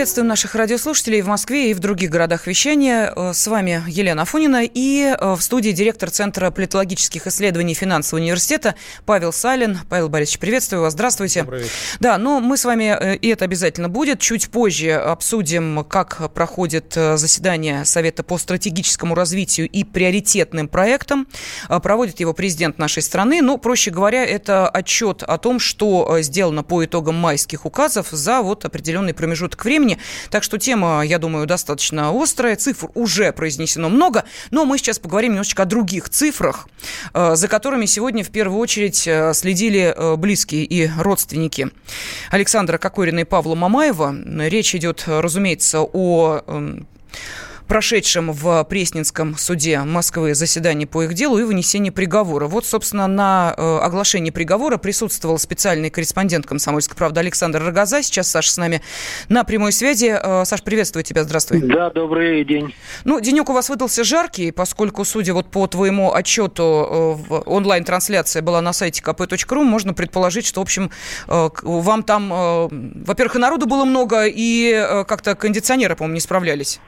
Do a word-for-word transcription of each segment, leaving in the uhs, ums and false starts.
Приветствуем наших радиослушателей в Москве и в других городах вещания. С вами Елена Афонина и в студии директор Центра политологических исследований Финансового университета Павел Салин. Павел Борисович, приветствую вас. Здравствуйте. Добрый вечер. Да, но мы с вами, и это обязательно будет, чуть позже обсудим, как проходит заседание Совета по стратегическому развитию и приоритетным проектам. Проводит его президент нашей страны. Ну, проще говоря, это отчет о том, что сделано по итогам майских указов за вот определенный промежуток времени. Так что тема, я думаю, достаточно острая. Цифр уже произнесено много. Но мы сейчас поговорим немножечко о других цифрах, за которыми сегодня в первую очередь следили близкие и родственники Александра Кокорина и Павла Мамаева. Речь идет, разумеется, о прошедшем в Пресненском суде Москвы заседании по их делу и вынесении приговора. Вот, собственно, на э, оглашении приговора присутствовал специальный корреспондент «Комсомольской правды» Александр Рогоза. Сейчас Саша с нами на прямой связи. Э, Саш, приветствую тебя, здравствуй. Да, добрый день. Ну, денек у вас выдался жаркий, поскольку, судя вот по твоему отчету, э, онлайн-трансляция была на сайте ка пэ точка ру, можно предположить, что, в общем, э, вам там, э, во-первых, и народу было много, и э, как-то кондиционеры, по-моему, не справлялись.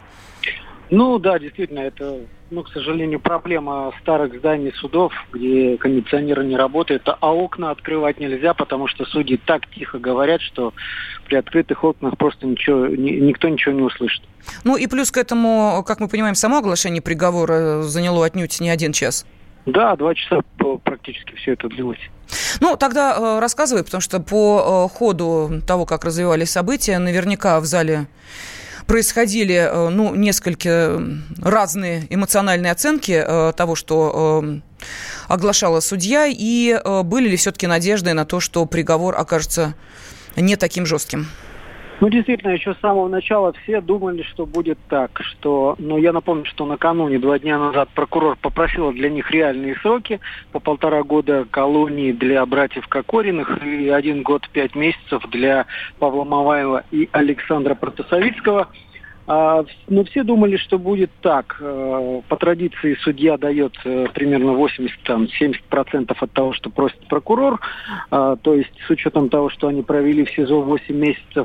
Ну да, действительно, это, ну, к сожалению, проблема старых зданий судов, где кондиционеры не работают, а окна открывать нельзя, потому что судьи так тихо говорят, что при открытых окнах просто ничего, ни, никто ничего не услышит. Ну и плюс к этому, как мы понимаем, само оглашение приговора заняло отнюдь не один час. Да, два часа практически все это длилось. Ну, тогда э, рассказывай, потому что по э, ходу того, как развивались события, наверняка в зале происходили, ну, несколько разные эмоциональные оценки э, того, что э, оглашала судья, и э, были ли все-таки надежды на то, что приговор окажется не таким жестким? Ну, действительно, еще с самого начала все думали, что будет так, что, ну, я напомню, что накануне, два дня назад, прокурор попросил для них реальные сроки, по полтора года колонии для братьев Кокориных и один год пять месяцев для Павла Мамаева и Александра Протасовицкого. А, ну, все думали, что будет так. По традиции судья дает примерно восемьдесят-семьдесят процентов от того, что просит прокурор. А, то есть с учетом того, что они провели в СИЗО восемь месяцев,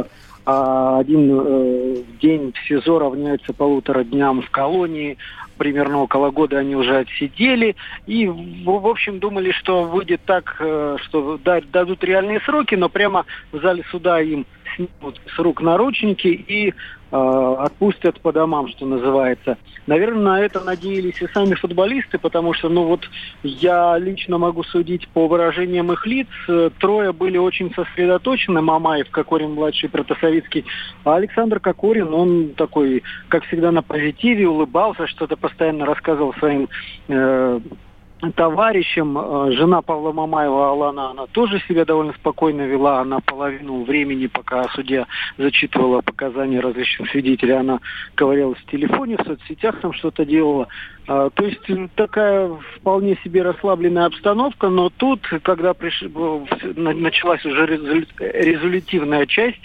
а один э, день в СИЗО равняется полутора дням в колонии. Примерно около года они уже отсидели. И, в, в общем, думали, что выйдет так, э, что дадут реальные сроки, но прямо в зале суда им снимут с рук наручники и э, отпустят по домам, что называется. Наверное, на это надеялись и сами футболисты, потому что, ну вот, я лично могу судить по выражениям их лиц. Трое были очень сосредоточены: Мамаев, Кокорин-младший, Протасовицкий. А Александр Кокорин, он такой, как всегда, на позитиве, улыбался, что-то постоянно рассказывал своим э, товарищам. Жена Павла Мамаева, Алана, она тоже себя довольно спокойно вела. Она половину времени, пока судья зачитывала показания различных свидетелей, она ковырялась в телефоне, в соцсетях там что-то делала. То есть такая вполне себе расслабленная обстановка, но тут, когда приш... началась уже резолютивная часть,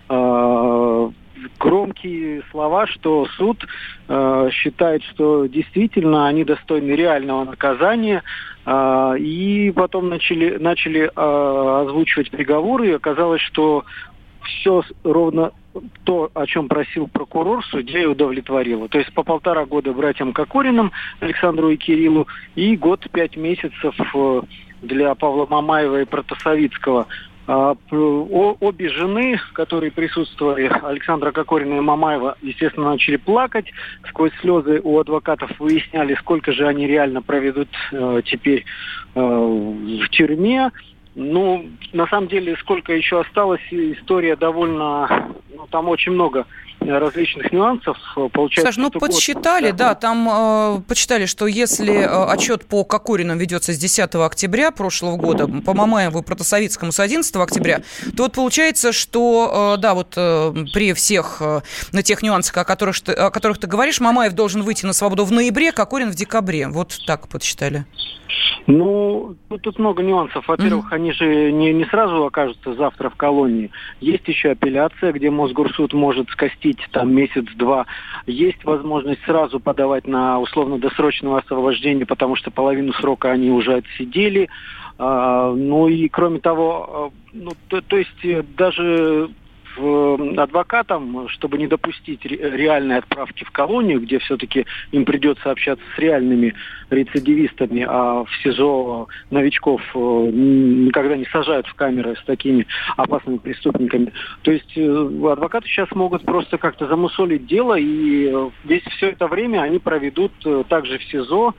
громкие слова, что суд э, считает, что действительно они достойны реального наказания, э, и потом начали, начали э, озвучивать приговоры, и оказалось, что все ровно то, о чем просил прокурор, судья и удовлетворило. То есть по полтора года братьям Кокориным, Александру и Кириллу, и год пять месяцев для Павла Мамаева и Протасовицкого. Обе жены, которые присутствовали, Александра Кокорина и Мамаева, естественно, начали плакать. Сквозь слезы у адвокатов выясняли, сколько же они реально проведут э, теперь э, в тюрьме. Ну, на самом деле, сколько еще осталось, история довольно... Ну, там очень много различных нюансов. Получается, Саш, ну подсчитали, да, там э, подсчитали, что если э, отчет по Кокоринам ведется с десятого октября прошлого года, по Мамаеву и Протасовицкому с одиннадцатого октября, то вот получается, что, э, да, вот э, при всех э, на тех нюансах, о которых, о которых ты говоришь, Мамаев должен выйти на свободу в ноябре, Кокорин в декабре. Вот так подсчитали. Ну, тут много нюансов. Во-первых, mm-hmm. они же не, не сразу окажутся завтра в колонии. Есть еще апелляция, где Мосгорсуд может скостить там месяц-два. Есть возможность сразу подавать на условно-досрочное освобождение, потому что половину срока они уже отсидели. А, ну и кроме того, ну, то, то есть даже адвокатам, чтобы не допустить реальной отправки в колонию, где все-таки им придется общаться с реальными рецидивистами, а в СИЗО новичков никогда не сажают в камеры с такими опасными преступниками. То есть адвокаты сейчас могут просто как-то замусолить дело, и весь все это время они проведут также в СИЗО,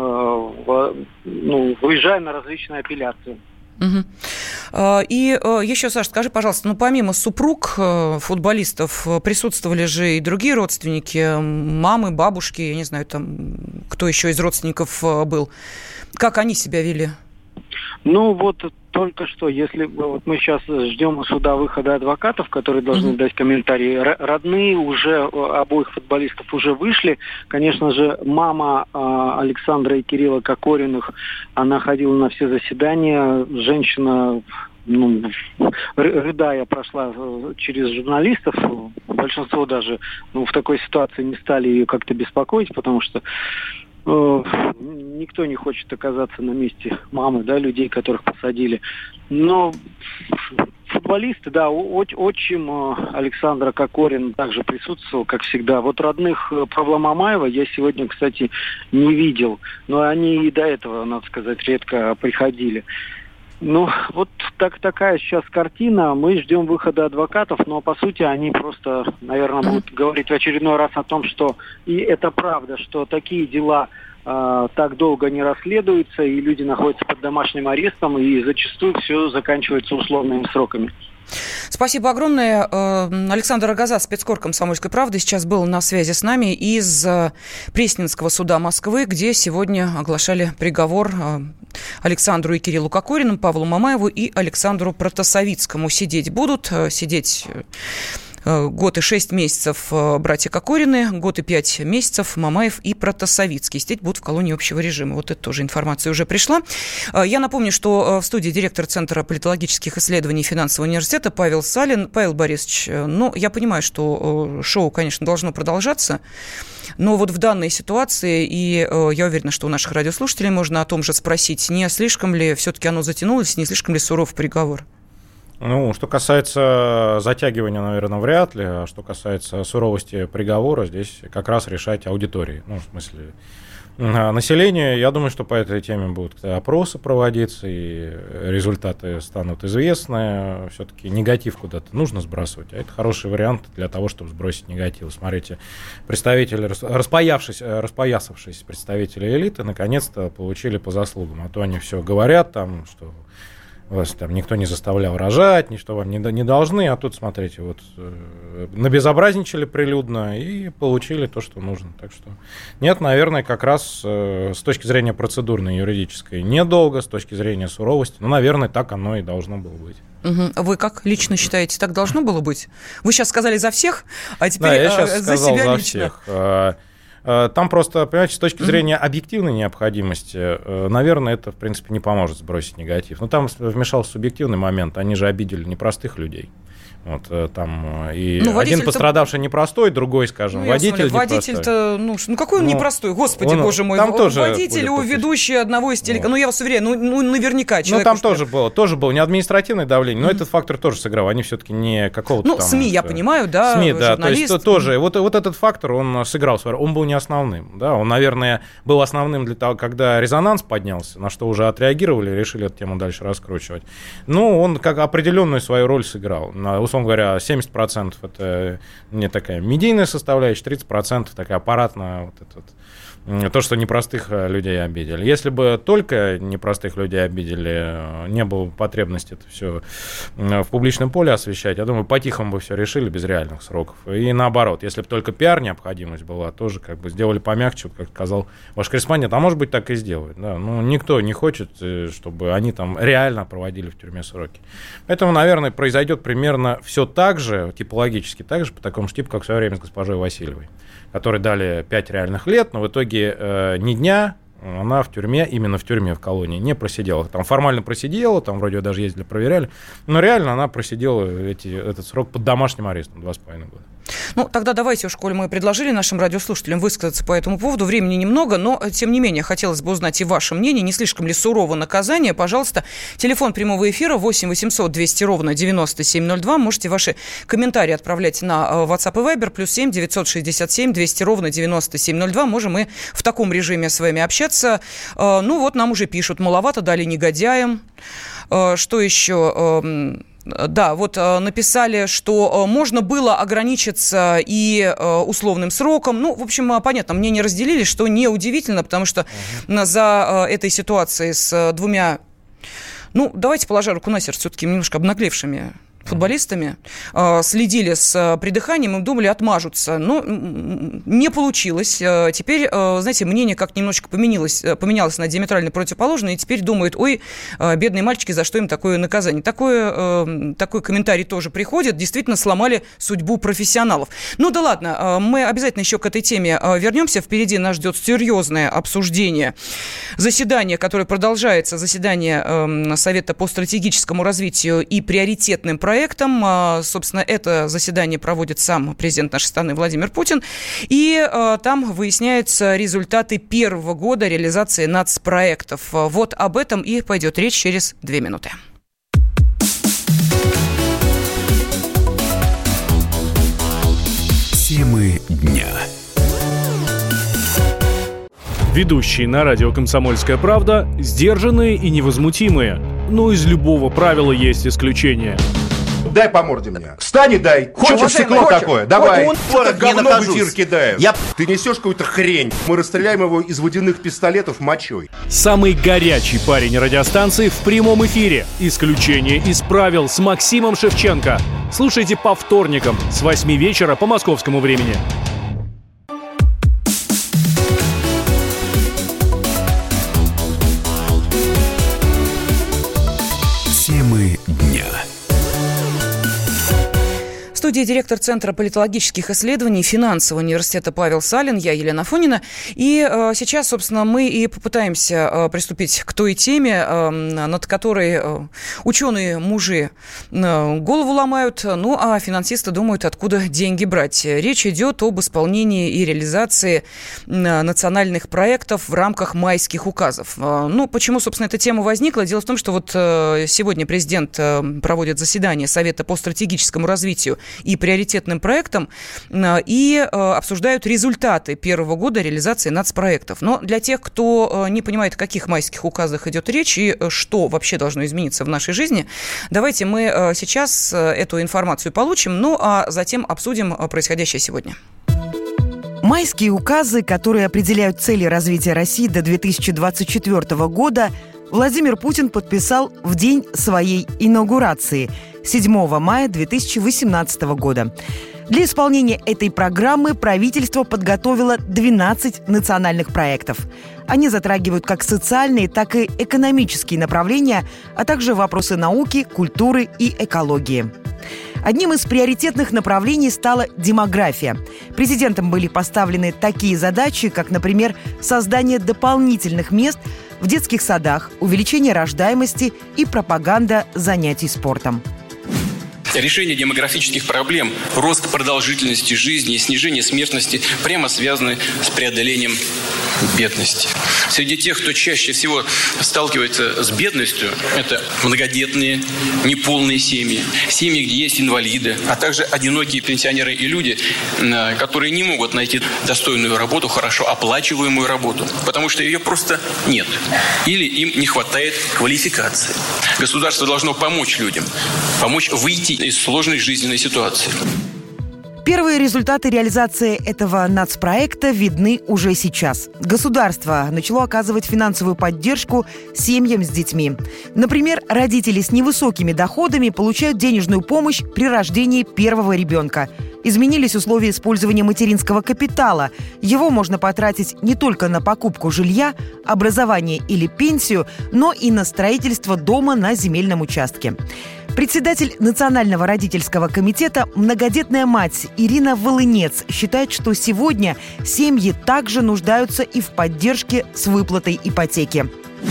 ну, выезжая на различные апелляции. Угу. И еще, Саша, скажи, пожалуйста, ну помимо супруг футболистов присутствовали же и другие родственники, мамы, бабушки, я не знаю, там кто еще из родственников был. Как они себя вели? Ну вот только что, если вот мы сейчас ждем суда выхода адвокатов, которые должны mm-hmm. дать комментарии, родные уже обоих футболистов уже вышли. Конечно же, мама э, Александра и Кирилла Кокориных, она ходила на все заседания. Женщина, ну, рыдая, прошла через журналистов. Большинство даже ну, в такой ситуации не стали ее как-то беспокоить, потому что никто не хочет оказаться на месте мамы, да, людей, которых посадили. Но футболисты, да, отчим Александра Кокорин также присутствовал, как всегда. Вот родных Павла Мамаева я сегодня, кстати, не видел. Но они и до этого, надо сказать, редко приходили. Ну, вот так, такая сейчас картина. Мы ждем выхода адвокатов, но, по сути, они просто, наверное, будут говорить в очередной раз о том, что, и это правда, что такие дела э, так долго не расследуются, и люди находятся под домашним арестом, и зачастую все заканчивается условными сроками. Спасибо огромное. Александр Рогоза, спецкор «Комсомольской правды», сейчас был на связи с нами из Пресненского суда Москвы, где сегодня оглашали приговор Александру и Кириллу Кокориным, Павлу Мамаеву и Александру Протасовицкому. Сидеть будут, сидеть год и шесть месяцев братья Кокорины, год и пять месяцев Мамаев и Протасовицкий. Сидеть будут в колонии общего режима. Вот это тоже информация уже пришла. Я напомню, что в студии директор Центра политологических исследований Финансового университета Павел Салин. Павел Борисович, ну, я понимаю, что шоу, конечно, должно продолжаться, но вот в данной ситуации, и я уверена, что у наших радиослушателей можно о том же спросить, не слишком ли все-таки оно затянулось, не слишком ли суров приговор? Ну, что касается затягивания, наверное, вряд ли. А что касается суровости приговора, здесь как раз решать аудитории. Ну, в смысле, население. Я думаю, что по этой теме будут опросы проводиться, и результаты станут известны. Все-таки негатив куда-то нужно сбрасывать, а это хороший вариант для того, чтобы сбросить негатив. Смотрите, представители, распоявшись, распоясавшиеся представители элиты, наконец-то получили по заслугам. А то они все говорят там, что вас там никто не заставлял рожать, ничто вам не, не должны, а тут, смотрите, вот э, набезобразничали прилюдно и получили то, что нужно. Так что нет, наверное, как раз э, с точки зрения процедурной, юридической недолго, с точки зрения суровости, ну, наверное, так оно и должно было быть. Угу. Вы как лично считаете, так должно было быть? Вы сейчас сказали за всех, а теперь да, я сейчас э, за сказал себя за лично. Всех. Там просто, понимаете, с точки зрения объективной необходимости, наверное, это, в принципе, не поможет сбросить негатив. Но там вмешался субъективный момент. Они же обидели непростых людей. Вот, там и ну, один пострадавший непростой, другой, скажем, ну, водитель непростой. Водитель-то, ну, ну какой он ну, непростой, господи, он, боже мой. Там тоже водитель, ведущий одного из телеканалов, вот. Ну, я вас уверяю, ну, ну наверняка человек... Ну, там тоже было, тоже было не административное давление, но mm-hmm. этот фактор тоже сыграл. Они все-таки не какого-то ну, там... Ну, СМИ, я понимаю, да, СМИ, да, журналист. то есть тоже, вот, вот этот фактор, он сыграл, он был не основным, да, он, наверное, был основным для того, когда резонанс поднялся, на что уже отреагировали, решили эту тему дальше раскручивать. Ну, он как определенную свою роль сыграл. На, условно говоря, семьдесят процентов это не такая медийная составляющая, тридцать процентов такая аппаратная, вот это вот, то, что непростых людей обидели. Если бы только непростых людей обидели, не было потребности это все в публичном поле освещать, я думаю, по-тихому бы все решили без реальных сроков. И наоборот, если бы только пиар-необходимость была, тоже как бы сделали помягче, как сказал ваш корреспондент, а может быть так и сделают. Да? Ну, никто не хочет, чтобы они там реально проводили в тюрьме сроки. Поэтому, наверное, произойдет примерно все так же, типологически так же, по такому же типу, как в свое время с госпожой Васильевой, которой дали пять реальных лет, но в итоге э, ни дня она в тюрьме, именно в тюрьме, в колонии, не просидела. Там формально просидела, там вроде даже ездили, проверяли, но реально она просидела эти, этот срок под домашним арестом, два с половиной года. Ну, тогда давайте уж, коль мы предложили нашим радиослушателям высказаться по этому поводу, времени немного, но, тем не менее, хотелось бы узнать и ваше мнение, не слишком ли сурово наказание. Пожалуйста, телефон прямого эфира восемь восемьсот двести ровно девяносто семь ноль два. Можете ваши комментарии отправлять на WhatsApp и Viber, плюс семь девятьсот шестьдесят семь двести ровно девяносто семь ноль два. Можем мы в таком режиме с вами общаться. Ну, вот нам уже пишут, маловато дали негодяям. Что еще... Да, вот написали, что можно было ограничиться и условным сроком. Ну, в общем, понятно, мнения разделились, что неудивительно, потому что uh-huh. за этой ситуацией с двумя, ну, давайте, положа руку на сердце, все-таки немножко обнаглевшими футболистами, э, следили с придыханием и думали, отмажутся. Но не получилось. Теперь, э, знаете, мнение как немножечко поменялось, поменялось на диаметрально противоположное, и теперь думают, ой, э, бедные мальчики, за что им такое наказание? Такое, э, такой комментарий тоже приходит. Действительно, сломали судьбу профессионалов. Ну да ладно, э, мы обязательно еще к этой теме э, вернемся. Впереди нас ждет серьезное обсуждение заседания, которое продолжается, заседание э, Совета по стратегическому развитию и приоритетным проектам. Проектом. Собственно, это заседание проводит сам президент нашей страны Владимир Путин. И э, там выясняются результаты первого года реализации нацпроектов. Вот об этом и пойдет речь через две минуты. Темы дня. Ведущие на радио «Комсомольская правда» сдержанные и невозмутимые. Но из любого правила есть исключение. Дай по морде мне. Встань и дай. Хочешь Чё, стекло хочешь? такое? Давай. Вот Это говно в эфир кидает. Я... Ты несешь какую-то хрень. Мы расстреляем его из водяных пистолетов мочой. Самый горячий парень радиостанции в прямом эфире. Исключение из правил с Максимом Шевченко. Слушайте по вторникам с восьми вечера по московскому времени. Темы дня. В студии директор Центра политологических исследований Финансового университета Павел Салин, я Елена Афонина. И э, сейчас, собственно, мы и попытаемся э, приступить к той теме, э, над которой э, ученые-мужи э, голову ломают, ну а финансисты думают, откуда деньги брать. Речь идет об исполнении и реализации э, национальных проектов в рамках майских указов. Э, ну, почему, собственно, эта тема возникла? Дело в том, что вот э, сегодня президент э, проводит заседание Совета по стратегическому развитию и приоритетным проектам, и обсуждают результаты первого года реализации нацпроектов. Но для тех, кто не понимает, о каких майских указах идет речь и что вообще должно измениться в нашей жизни, давайте мы сейчас эту информацию получим, ну а затем обсудим происходящее сегодня. Майские указы, которые определяют цели развития России до две тысячи двадцать четвёртого года, Владимир Путин подписал в день своей инаугурации – седьмого мая две тысячи восемнадцатого года. Для исполнения этой программы правительство подготовило двенадцать национальных проектов. Они затрагивают как социальные, так и экономические направления, а также вопросы науки, культуры и экологии. Одним из приоритетных направлений стала демография. Президентом были поставлены такие задачи, как, например, создание дополнительных мест в детских садах, увеличение рождаемости и пропаганда занятий спортом. Решение демографических проблем, рост продолжительности жизни и снижение смертности прямо связаны с преодолением бедности. Среди тех, кто чаще всего сталкивается с бедностью, это многодетные, неполные семьи, семьи, где есть инвалиды, а также одинокие пенсионеры и люди, которые не могут найти достойную работу, хорошо оплачиваемую работу, потому что ее просто нет. Или им не хватает квалификации. Государство должно помочь людям, помочь выйти из сложной жизненной ситуации. Первые результаты реализации этого нацпроекта видны уже сейчас. Государство начало оказывать финансовую поддержку семьям с детьми. Например, родители с невысокими доходами получают денежную помощь при рождении первого ребенка. Изменились условия использования материнского капитала. Его можно потратить не только на покупку жилья, образование или пенсию, но и на строительство дома на земельном участке. Председатель Национального родительского комитета, многодетная мать Ирина Волынец считает, что сегодня семьи также нуждаются и в поддержке с выплатой ипотеки.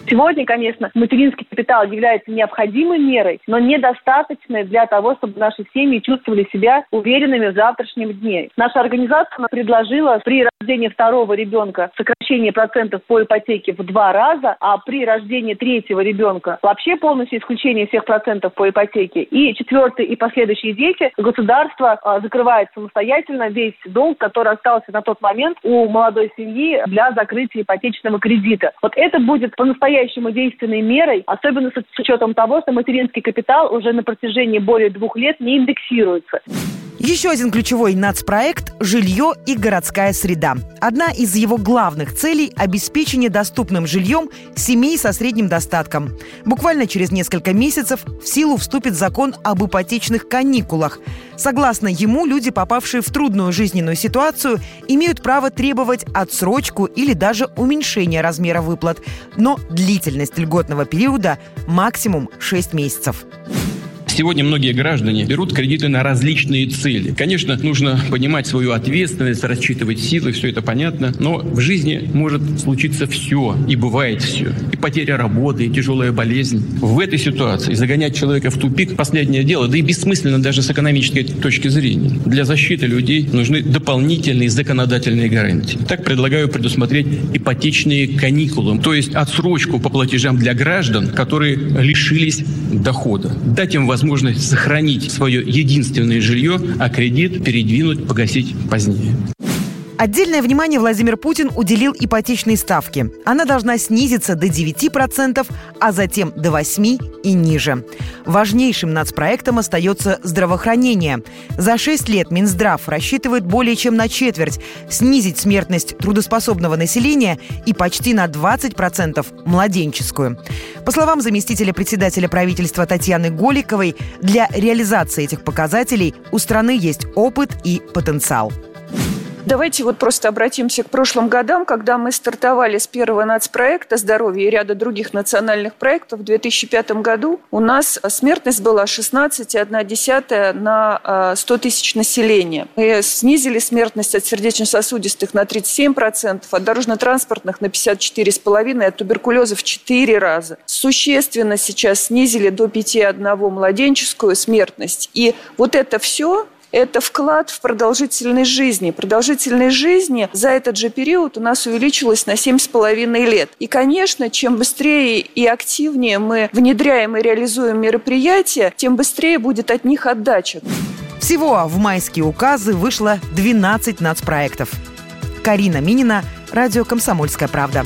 Сегодня, конечно, материнский капитал является необходимой мерой, но недостаточной для того, чтобы наши семьи чувствовали себя уверенными в завтрашнем дне. Наша организация предложила при рождении второго ребенка сокращение процентов по ипотеке в два раза, а при рождении третьего ребенка вообще полностью исключение всех процентов по ипотеке. И четвертый и последующие дети государство а, закрывает самостоятельно весь долг, который остался на тот момент у молодой семьи для закрытия ипотечного кредита. Вот это будет по-настоящему действенной мерой, особенно с учетом того, что материнский капитал уже на протяжении более двух лет не индексируется. Еще один ключевой нацпроект – жилье и городская среда. Одна из его главных целей – обеспечение доступным жильем семей со средним достатком. Буквально через несколько месяцев в силу вступит закон об ипотечных каникулах. Согласно ему, люди, попавшие в трудную жизненную ситуацию, имеют право требовать отсрочку или даже уменьшение размера выплат. Но длительность льготного периода – максимум шесть месяцев. Сегодня многие граждане берут кредиты на различные цели. Конечно, нужно понимать свою ответственность, рассчитывать силы, все это понятно. Но в жизни может случиться все, и бывает все. И потеря работы, и тяжелая болезнь. В этой ситуации загонять человека в тупик – последнее дело, да и бессмысленно даже с экономической точки зрения. Для защиты людей нужны дополнительные законодательные гарантии. Так предлагаю предусмотреть ипотечные каникулы, то есть отсрочку по платежам для граждан, которые лишились дохода. Дать им возможность возможность сохранить свое единственное жилье, а кредит передвинуть, погасить позднее. Отдельное внимание Владимир Путин уделил ипотечной ставке. Она должна снизиться до девяти процентов, а затем до восьми процентов и ниже. Важнейшим нацпроектом остается здравоохранение. За шесть лет Минздрав рассчитывает более чем на четверть снизить смертность трудоспособного населения и почти на двадцать процентов младенческую. По словам заместителя председателя правительства Татьяны Голиковой, для реализации этих показателей у страны есть опыт и потенциал. Давайте вот просто обратимся к прошлым годам, когда мы стартовали с первого нацпроекта «Здоровье» и ряда других национальных проектов. В две тысячи пятом году у нас смертность была шестнадцать целых одна десятая на сто тысяч населения. Мы снизили смертность от сердечно-сосудистых на тридцать семь процентов, от дорожно-транспортных на пятьдесят четыре целых пять десятых, от туберкулеза в четыре раза. Существенно сейчас снизили до пять целых одна десятая младенческую смертность. И вот это все... это вклад в продолжительность жизни. Продолжительность жизни за этот же период у нас увеличилась на семь с половиной лет. И, конечно, чем быстрее и активнее мы внедряем и реализуем мероприятия, тем быстрее будет от них отдача. Всего в майские указы вышло двенадцать нацпроектов. Карина Минина, радио «Комсомольская правда».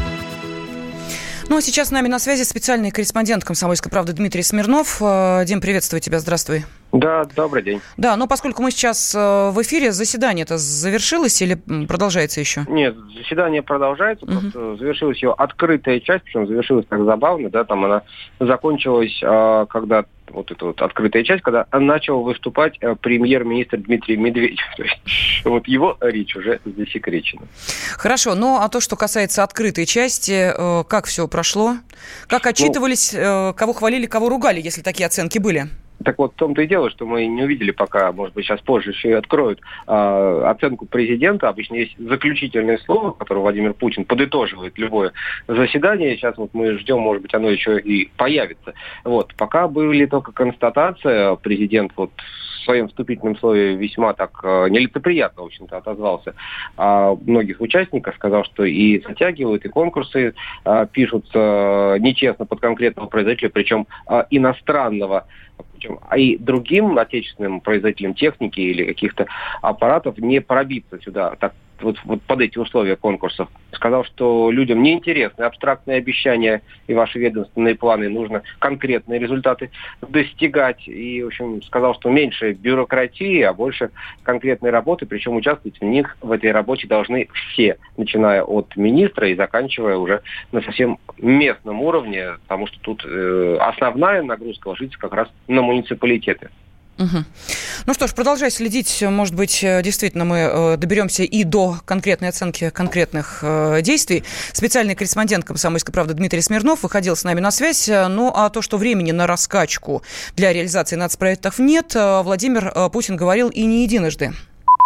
Ну, а сейчас с нами на связи специальный корреспондент «Комсомольской правды» Дмитрий Смирнов. Дим, приветствую тебя, здравствуй. Да, добрый день. Да, но поскольку мы сейчас в эфире, заседание-то завершилось или продолжается еще? Нет, заседание продолжается, угу. просто завершилась ее открытая часть, причем завершилась так забавно, да, там она закончилась, когда вот эта вот открытая часть, когда начал выступать премьер-министр Дмитрий Медведев. То есть вот его речь уже засекречена. Хорошо, ну а то, что касается открытой части, как все прошло? Как отчитывались, ну, кого хвалили, кого ругали, если такие оценки были? Так вот, в том-то и дело, что мы не увидели пока, может быть, сейчас позже еще и откроют э, оценку президента. Обычно есть заключительное слово, которое Владимир Путин подытоживает любое заседание. Сейчас вот мы ждем, может быть, оно еще и появится. Вот, пока были только констатация, президент вот в своем вступительном слове весьма так э, нелицеприятно, в общем-то, отозвался о многих участниках, сказал, что и затягивают, и конкурсы э, пишутся нечестно под конкретного производителя, причем э, иностранного, причем, а и другим отечественным производителям техники или каких-то аппаратов не пробиться сюда, так вот, вот под эти условия конкурсов. Сказал, что людям неинтересны абстрактные обещания и ваши ведомственные планы, нужно конкретные результаты достигать. И, в общем, сказал, что меньше бюрократии, а больше конкретной работы, причем участвовать в них, в этой работе должны все, начиная от министра и заканчивая уже на совсем местном уровне, потому что тут э, основная нагрузка ложится как раз на муниципалитеты. Угу. Ну что ж, продолжай следить. Может быть, действительно мы доберемся и до конкретной оценки конкретных действий. Специальный корреспондент «Комсомольской правды» Дмитрий Смирнов выходил с нами на связь. Ну а то, что времени на раскачку для реализации нацпроектов нет, Владимир Путин говорил и не единожды.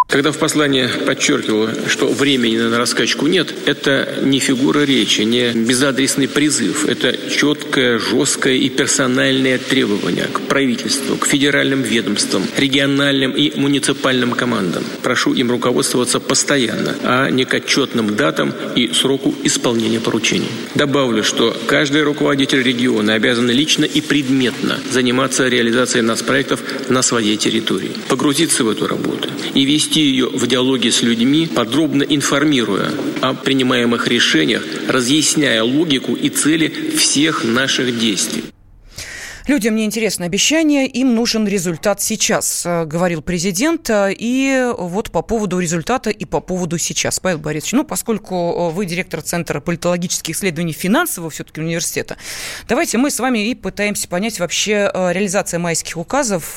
Когда в послании подчеркивал, что времени на раскачку нет, это не фигура речи, не безадресный призыв. Это четкое, жесткое и персональное требование к правительству, к федеральным ведомствам, региональным и муниципальным командам. Прошу им руководствоваться постоянно, а не к отчетным датам и сроку исполнения поручений. Добавлю, что каждый руководитель региона обязан лично и предметно заниматься реализацией нацпроектов на своей территории, погрузиться в эту работу и вести ее в диалоге с людьми, подробно информируя о принимаемых решениях, разъясняя логику и цели всех наших действий. Людям не интересно обещание, им нужен результат сейчас, говорил президент. И вот по поводу результата и по поводу сейчас. Павел Борисович, ну, поскольку вы директор Центра политологических исследований финансового все-таки университета, давайте мы с вами и пытаемся понять вообще реализация майских указов,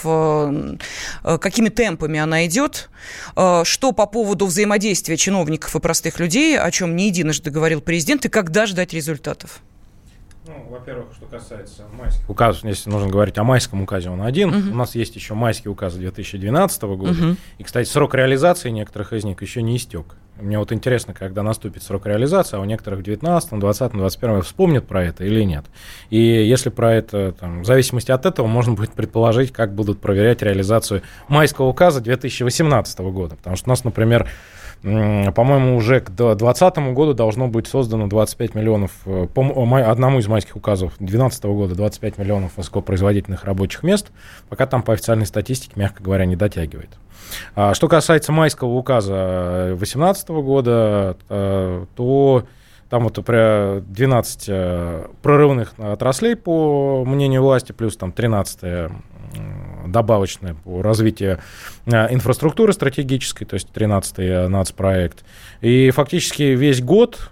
какими темпами она идет, что по поводу взаимодействия чиновников и простых людей, о чем не единожды говорил президент, и когда ждать результатов. Ну, во-первых, что касается майских указов, если нужно говорить о майском указе, он один. Uh-huh. У нас есть еще майский указ две тысячи двенадцатого года. Uh-huh. И, кстати, срок реализации некоторых из них еще не истек. Мне вот интересно, когда наступит срок реализации, а у некоторых в девятнадцатом, двадцатом, двадцать первом вспомнят про это или нет. И если про это, там, в зависимости от этого, можно будет предположить, как будут проверять реализацию майского указа две тысячи восемнадцатого года. Потому что у нас, например, по-моему, уже к двадцатому году должно быть создано двадцать пять миллионов, по одному из майских указов две тысячи двенадцатого года, двадцать пять миллионов высокопроизводительных рабочих мест, пока там по официальной статистике, мягко говоря, не дотягивает. Что касается майского указа две тысячи восемнадцатого года, то там вот двенадцать прорывных отраслей, по мнению власти, плюс там тринадцать добавочное по развитию инфраструктуры стратегической, то есть тринадцатый нацпроект. И фактически весь год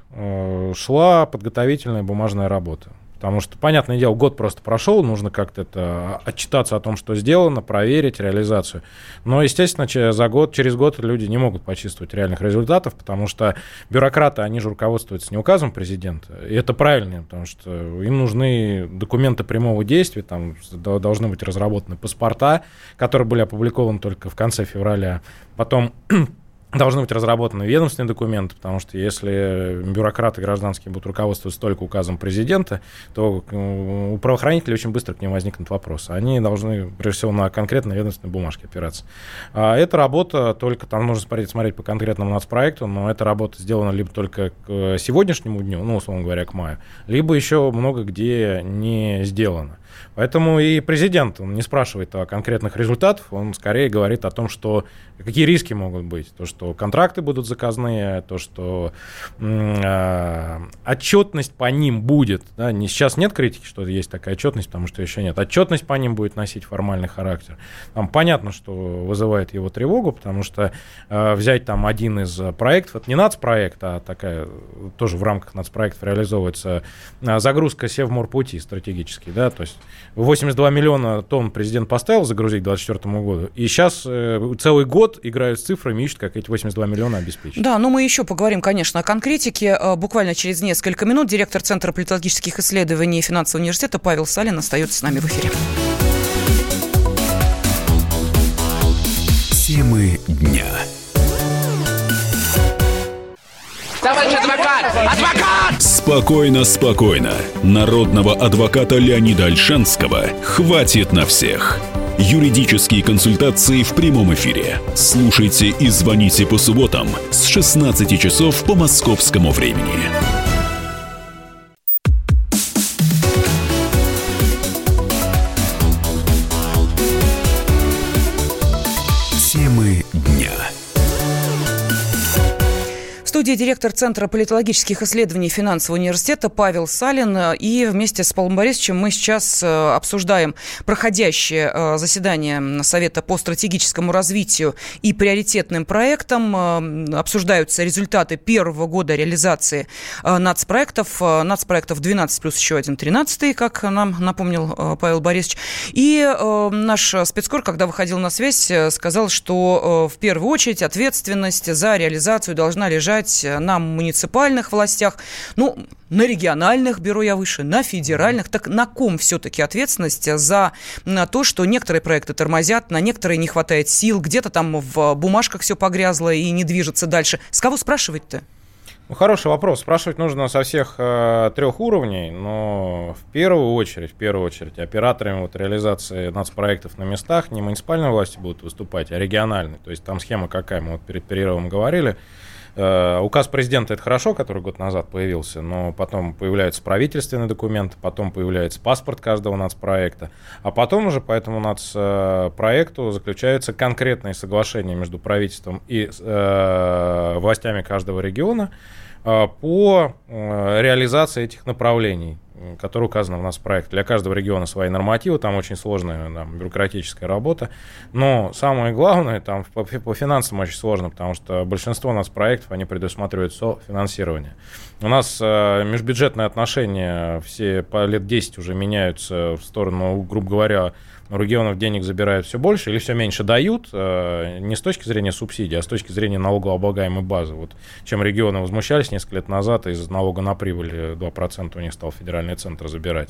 шла подготовительная бумажная работа. Потому что, понятное дело, год просто прошел, нужно как-то это отчитаться о том, что сделано, проверить реализацию. Но, естественно, за год, через год люди не могут почувствовать реальных результатов, потому что бюрократы, они же руководствуются не указом президента. И это правильно, потому что им нужны документы прямого действия, там должны быть разработаны паспорта, которые были опубликованы только в конце февраля. Потом должны быть разработаны ведомственные документы, потому что если бюрократы гражданские будут руководствоваться только указом президента, то у правоохранителей очень быстро к ним возникнут вопросы. Они должны, прежде всего, на конкретной ведомственной бумажке опираться. А эта работа только, там нужно смотреть, смотреть по конкретному нацпроекту, но эта работа сделана либо только к сегодняшнему дню, ну, условно говоря, к маю, либо еще много где не сделано. Поэтому и президент, он не спрашивает о конкретных результатах, он скорее говорит о том, что какие риски могут быть. То, что контракты будут заказные, то, что э, отчетность по ним будет. Да, не, сейчас нет критики, что есть такая отчетность, потому что еще нет. Отчетность по ним будет носить формальный характер. Там понятно, что вызывает его тревогу, потому что э, взять там один из проектов, это не нацпроект, а такая, тоже в рамках нацпроектов реализовывается э, загрузка Севморпути стратегический, да, то есть восемьдесят два миллиона тонн президент поставил загрузить к двадцать четвёртому году, и сейчас э, целый год играют с цифрами, ищут, как эти восемьдесят два миллиона обеспечить. Да, ну мы еще поговорим, конечно, о конкретике. Буквально через несколько минут директор Центра политологических исследований финансового университета Павел Салин остается с нами в эфире. Темы дня. Товарищ адвокат! Адвокат! Спокойно, спокойно. Народного адвоката Леонида Ольшанского хватит на всех. Юридические консультации в прямом эфире. Слушайте и звоните по субботам с шестнадцати часов по московскому времени. Темы дня. В студии директор Центра политологических исследований финансового университета Павел Салин. И вместе с Павлом Борисовичем мы сейчас обсуждаем проходящее заседание Совета по стратегическому развитию и приоритетным проектам. Обсуждаются результаты первого года реализации нацпроектов. Нацпроектов двенадцать плюс еще один тринадцатый, как нам напомнил Павел Борисович. И наш спецкор, когда выходил на связь, сказал, что в первую очередь ответственность за реализацию должна лежать быть на муниципальных властях, ну, на региональных, беру я выше, на федеральных. Так на ком все-таки ответственность за то, что некоторые проекты тормозят, на некоторые не хватает сил, где-то там в бумажках все погрязло и не движется дальше? С кого спрашивать-то? Ну, хороший вопрос. Спрашивать нужно со всех э, трех уровней, но в первую очередь, в первую очередь, операторами вот, реализации нацпроектов на местах не муниципальные власти будут выступать, а региональные. То есть там схема какая, мы вот перед перерывом говорили. Э, указ президента — это хорошо, который год назад появился, но потом появляются правительственные документы, потом появляется паспорт каждого нацпроекта, а потом уже по этому нацпроекту заключаются конкретные соглашения между правительством и э, властями каждого региона э, по э, реализации этих направлений, который указан в нас в проекте. Для каждого региона свои нормативы, там очень сложная там, бюрократическая работа, но самое главное, там по, по финансам очень сложно, потому что большинство у нас проектов, они предусматривают софинансирование. У нас э, межбюджетные отношения все по лет десять уже меняются в сторону, грубо говоря, у регионов денег забирают все больше или все меньше дают, э, не с точки зрения субсидий, а с точки зрения налогооблагаемой базы. Вот чем регионы возмущались несколько лет назад, из налога на прибыль два процента у них стал федеральный центр забирать.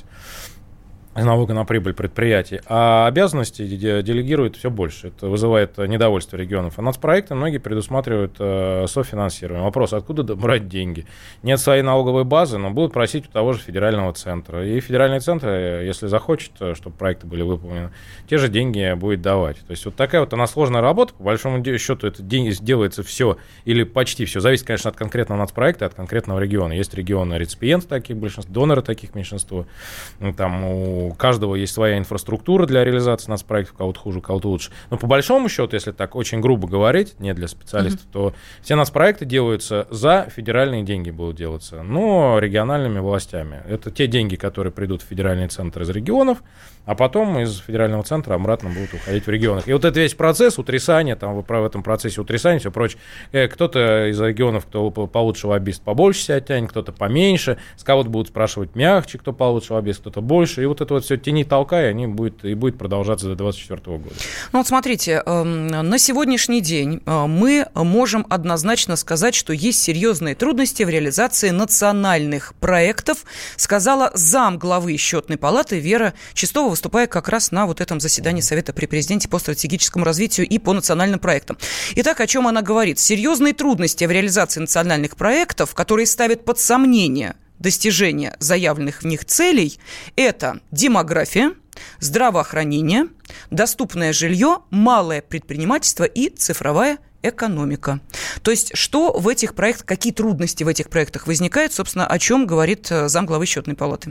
Из налога на прибыль предприятий, а обязанности делегируют все больше. Это вызывает недовольство регионов. А нацпроекты многие предусматривают э, софинансирование. Вопрос, откуда брать деньги? Нет своей налоговой базы, но будут просить у того же федерального центра. И федеральный центр, если захочет, чтобы проекты были выполнены, те же деньги будет давать. То есть вот такая вот она сложная работа. По большому счету это деньги делается все или почти все. Зависит, конечно, от конкретного нацпроекта, от конкретного региона. Есть регионы реципиенты таких, большинство, доноры таких меньшинство. Там у У каждого есть своя инфраструктура для реализации нацпроектов, у кого-то хуже, у кого-то лучше. Но по большому счету, если так очень грубо говорить, не для специалистов, mm-hmm. то все нацпроекты делаются за федеральные деньги будут делаться, но региональными властями. Это те деньги, которые придут в федеральный центр из регионов, а потом из федерального центра обратно будут уходить в регионах. И вот этот весь процесс утрясания, там в этом процессе утрясания, все прочее, кто-то из регионов, кто получше лоббист, побольше себя тянет, кто-то поменьше, с кого-то будут спрашивать мягче, кто получше лоббист, кто-то больше, и вот это вот все тяни толкай, они будет, и будет продолжаться до двадцать четвёртого года. Ну вот смотрите, на сегодняшний день мы можем однозначно сказать, что есть серьезные трудности в реализации национальных проектов, сказала замглавы Счетной палаты Вера Чистова, выступая как раз на вот этом заседании Совета при президенте по стратегическому развитию и по национальным проектам. Итак, о чем она говорит? Серьезные трудности в реализации национальных проектов, которые ставят под сомнение достижения заявленных в них целей, это демография, здравоохранение, доступное жилье, малое предпринимательство и цифровая экономика. То есть, что в этих проектах, какие трудности в этих проектах возникают, собственно, о чем говорит замглавы Счетной палаты?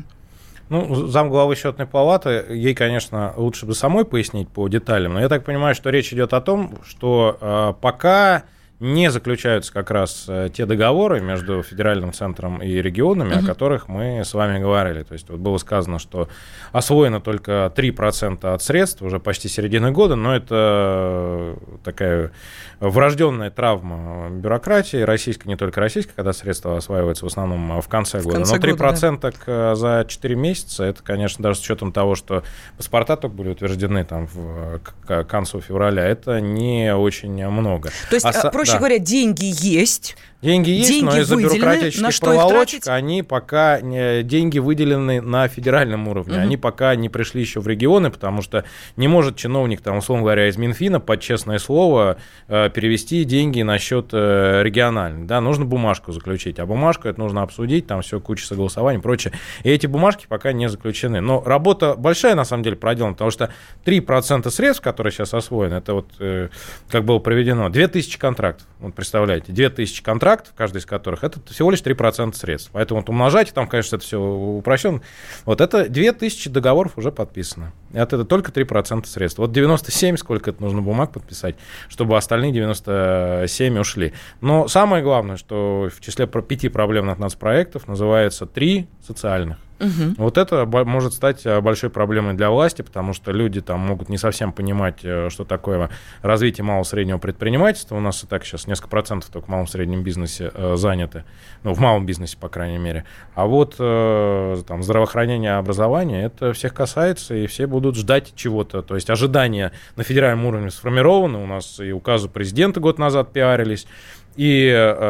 Ну, замглавы Счетной палаты, ей, конечно, лучше бы самой пояснить по деталям, но я так понимаю, что речь идет о том, что э, пока не заключаются как раз те договоры между федеральным центром и регионами, uh-huh. о которых мы с вами говорили. То есть вот было сказано, что освоено только три процента от средств уже почти середины года, но это такая врожденная травма бюрократии, российской, не только российской, когда средства осваиваются в основном в конце в года. Конце но три процента года, да. За четыре месяца, это, конечно, даже с учетом того, что паспорта только были утверждены там в, к концу февраля, это не очень много. То есть, а, проще да. говоря, деньги есть. Деньги есть, деньги но из-за бюрократических проволочек они пока не, деньги выделены на федеральном уровне, угу. они пока не пришли еще в регионы, потому что не может чиновник, там, условно говоря, из Минфина под честное слово перевести деньги на счет региональный. Да, нужно бумажку заключить, а бумажку это нужно обсудить, там все, куча согласований и прочее. И эти бумажки пока не заключены. Но работа большая, на самом деле, проделана, потому что три процента средств, которые сейчас освоены, это вот, как было проведено, две тысячи контрактов. Вот представляете, две тысячи контрактов, каждый из которых, это всего лишь три процента средств. Поэтому вот умножайте, там, конечно, это все упрощенно. Вот это две тысячи договоров уже подписано. Это, это только три процента средств. Вот девяносто семь, сколько это нужно бумаг подписать, чтобы остальные девяносто семь ушли. Но самое главное, что в числе пяти проблемных нацпроектов называется три социальных. Угу. Вот это может стать большой проблемой для власти, потому что люди там могут не совсем понимать, что такое развитие малого и среднего предпринимательства. У нас и так сейчас несколько процентов только в малом и среднем бизнесе э, заняты, ну, в малом бизнесе, по крайней мере. А вот э, там, здравоохранение, образование, это всех касается, и все будут ждать чего-то. То есть ожидания на федеральном уровне сформированы. У нас и указы президента год назад пиарились. И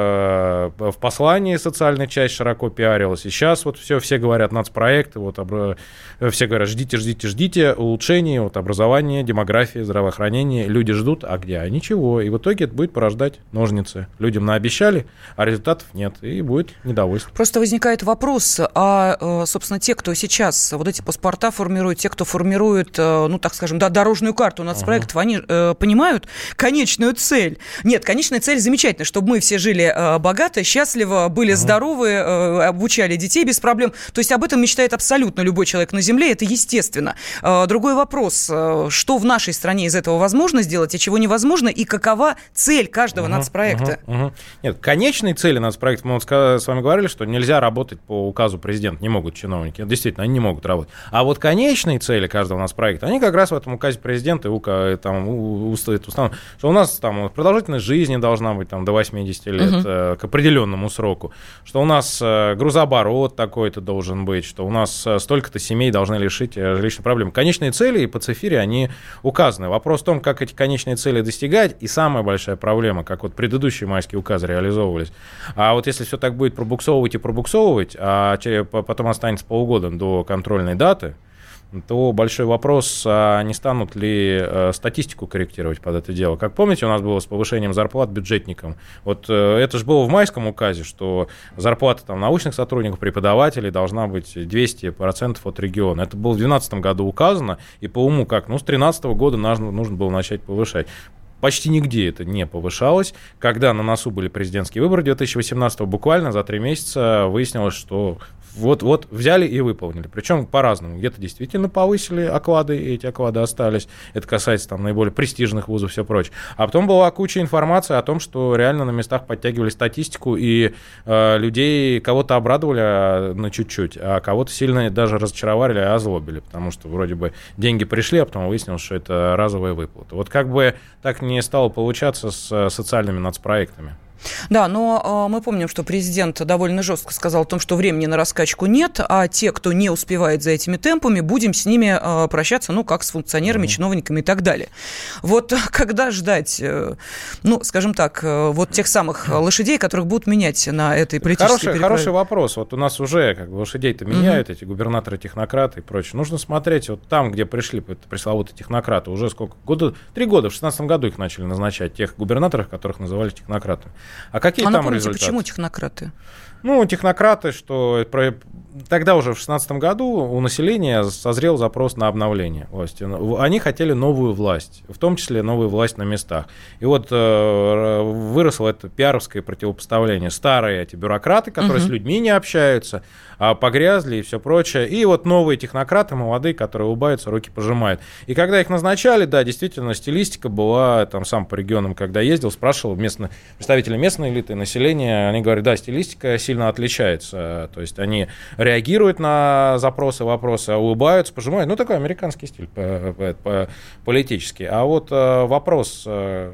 э, в послании социальная часть широко пиарилась. И сейчас вот все, все говорят, нацпроекты, вот, обра... все говорят, ждите, ждите, ждите улучшений, вот, образования, демографии, здравоохранения. Люди ждут, а где? А ничего. И в итоге это будет порождать ножницы. Людям наобещали, а результатов нет. И будет недовольство. Просто возникает вопрос, а, собственно, те, кто сейчас вот эти паспорта формирует, те, кто формирует, ну, так скажем, да, дорожную карту нацпроектов, uh-huh. они э, понимают конечную цель. Нет, конечная цель замечательная, чтобы мы все жили э, богато, счастливо, были uh-huh. здоровы, э, обучали детей без проблем. То есть об этом мечтает абсолютно любой человек на Земле, это естественно. Э, другой вопрос, э, что в нашей стране из этого возможно сделать, а чего невозможно, и какова цель каждого uh-huh. нацпроекта? Uh-huh. Uh-huh. Нет, конечной цели нацпроекта, мы вот с вами говорили, что нельзя работать по указу президента, не могут чиновники, действительно, они не могут работать. А вот конечные цели каждого нацпроекта, они как раз в этом указе президента и там, установлены, что у нас там продолжительность жизни должна быть там, до восьмидесяти лет uh-huh. к определенному сроку, что у нас грузооборот такой-то должен быть, что у нас столько-то семей должны лишить жилищных проблем. Конечные цели по ЦИФИРе, они указаны. Вопрос в том, как эти конечные цели достигать, и самая большая проблема, как вот предыдущие майские указы реализовывались. А вот если все так будет пробуксовывать и пробуксовывать, а потом останется полгода до контрольной даты, то большой вопрос, а не станут ли э, статистику корректировать под это дело. Как помните, у нас было с повышением зарплат бюджетникам. Вот э, это же было в майском указе, что зарплата там, научных сотрудников, преподавателей должна быть двести процентов от региона. Это было в две тысячи двенадцатом году указано, и по уму как? Ну, с две тысячи тринадцатого года нужно, нужно было начать повышать. Почти нигде это не повышалось. Когда на носу были президентские выборы две тысячи восемнадцатого, буквально за три месяца выяснилось, что вот, вот взяли и выполнили. Причем по-разному. Где-то действительно повысили оклады, и эти оклады остались. Это касается там наиболее престижных вузов и все прочее. А потом была куча информации о том, что реально на местах подтягивали статистику, и э, людей кого-то обрадовали на чуть-чуть, а кого-то сильно даже разочаровали, озлобили. Потому что вроде бы деньги пришли, а потом выяснилось, что это разовая выплата. Вот как бы так не стало получаться с социальными нацпроектами. Да, но э, мы помним, что президент довольно жестко сказал о том, что времени на раскачку нет, а те, кто не успевает за этими темпами, будем с ними э, прощаться, ну, как с функционерами, mm-hmm. чиновниками и так далее. Вот когда ждать, э, ну, скажем так, э, вот тех самых лошадей, которых будут менять на этой политической переправе? Хороший вопрос. Вот у нас уже как бы лошадей-то меняют, mm-hmm. эти губернаторы, технократы и прочее. Нужно смотреть, вот там, где пришли пресловутые технократы, уже сколько? Года, три года, в шестнадцатом году их начали назначать, тех губернаторов, которых называли технократами. А какие а там напомните, результаты? Почему технократы? Ну, технократы, что тогда уже в шестнадцатом году у населения созрел запрос на обновление власти. Они хотели новую власть, в том числе новую власть на местах. И вот э, выросло это пиаровское противопоставление. Старые эти бюрократы, которые uh-huh. с людьми не общаются, а погрязли и все прочее. И вот новые технократы, молодые, которые улыбаются, руки пожимают. И когда их назначали, да, действительно, стилистика была, там сам по регионам, когда ездил, спрашивал местно, представители местной элиты, населения, они говорят, да, стилистика сильно отличается. То есть они реагируют на запросы, вопросы, улыбаются, пожимают. Ну, такой американский стиль политический. А вот вопрос,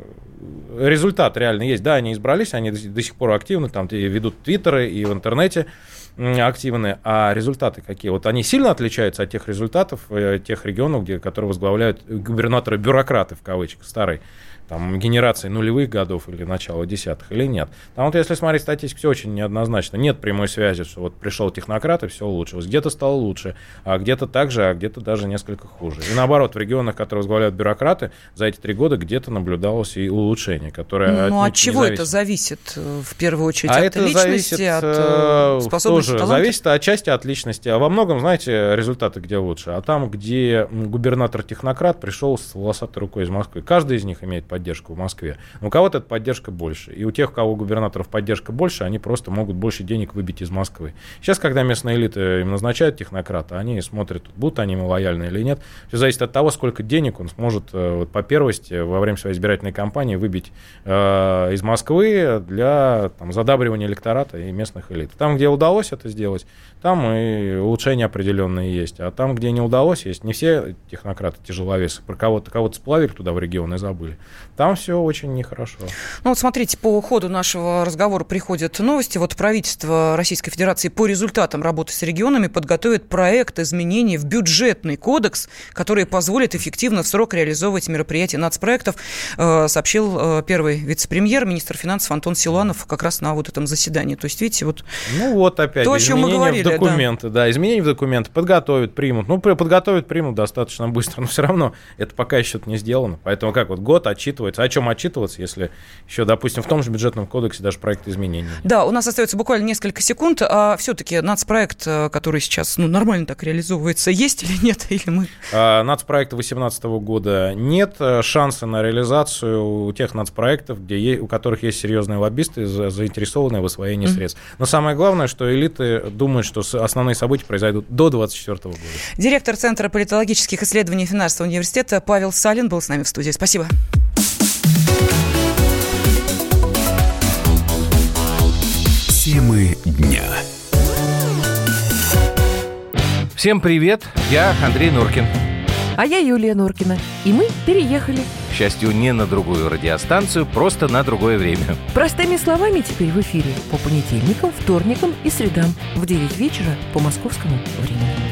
результат реально есть. Да, они избрались, они до сих пор активны, там ведут твиттеры и в интернете активны, а результаты какие? Вот они сильно отличаются от тех результатов тех регионов, где, которые возглавляют губернаторы-бюрократы, в кавычках, старой там, генерации нулевых годов или начала десятых, или нет. Там вот если смотреть статистику, все очень неоднозначно. Нет прямой связи, что вот пришел технократ и все улучшилось. Где-то стало лучше, а где-то так же, а где-то даже несколько хуже. И наоборот, в регионах, которые возглавляют бюрократы, за эти три года где-то наблюдалось и улучшение, которое Ну, от чего это зависит, в первую очередь? А от это личности, зависит, от способности, тоже зависит отчасти от личности. А во многом, знаете, результаты где лучше. А там, где губернатор-технократ пришел с волосатой рукой из Москвы. Каждый из них имеет поддержку в Москве. Но у кого-то эта поддержка больше. И у тех, у кого губернаторов поддержка больше, они просто могут больше денег выбить из Москвы. Сейчас, когда местные элиты им назначают технократа, они смотрят, будут они ему лояльны или нет. Все зависит от того, сколько денег он сможет вот, по первости во время своей избирательной кампании выбить э, из Москвы для там, задабривания электората и местных элит. Там, где удалось это сделать, там и улучшения определенные есть. А там, где не удалось, есть не все технократы тяжеловесы. Про кого-то, кого-то сплавили туда в регион и забыли. там все очень нехорошо. Ну вот смотрите, по ходу нашего разговора приходят новости. Вот правительство Российской Федерации по результатам работы с регионами подготовит проект изменений в бюджетный кодекс, который позволит эффективно в срок реализовывать мероприятия нацпроектов, сообщил первый вице-премьер, министр финансов Антон Силуанов как раз на вот этом заседании. То есть, видите, вот... Ну вот опять, то, изменения говорили, в документы. Да. да, изменения в документы подготовят, примут. Ну, подготовят, примут достаточно быстро, но все равно это пока еще не сделано. Поэтому как вот год отчитывается. О чем отчитываться, если еще, допустим, в том же бюджетном кодексе даже проект изменений? Да, у нас остается буквально несколько секунд. А все-таки нацпроект, который сейчас ну, нормально так реализовывается, есть или нет? Или мы... а, нацпроекта две тысячи восемнадцатого года нет. Шансы на реализацию у тех нацпроектов, где есть, у которых есть серьезные лоббисты, заинтересованные в освоении mm-hmm. средств. Но самое главное, что элиты думают, что основные события произойдут до двадцать четвёртого года. Директор Центра политологических исследований финансового университета Павел Салин был с нами в студии. Спасибо. Темы дня. Всем привет, я Андрей Норкин. А я Юлия Норкина. И мы переехали. К счастью, не на другую радиостанцию, просто на другое время. Простыми словами теперь в эфире по понедельникам, вторникам и средам в девять вечера по московскому времени.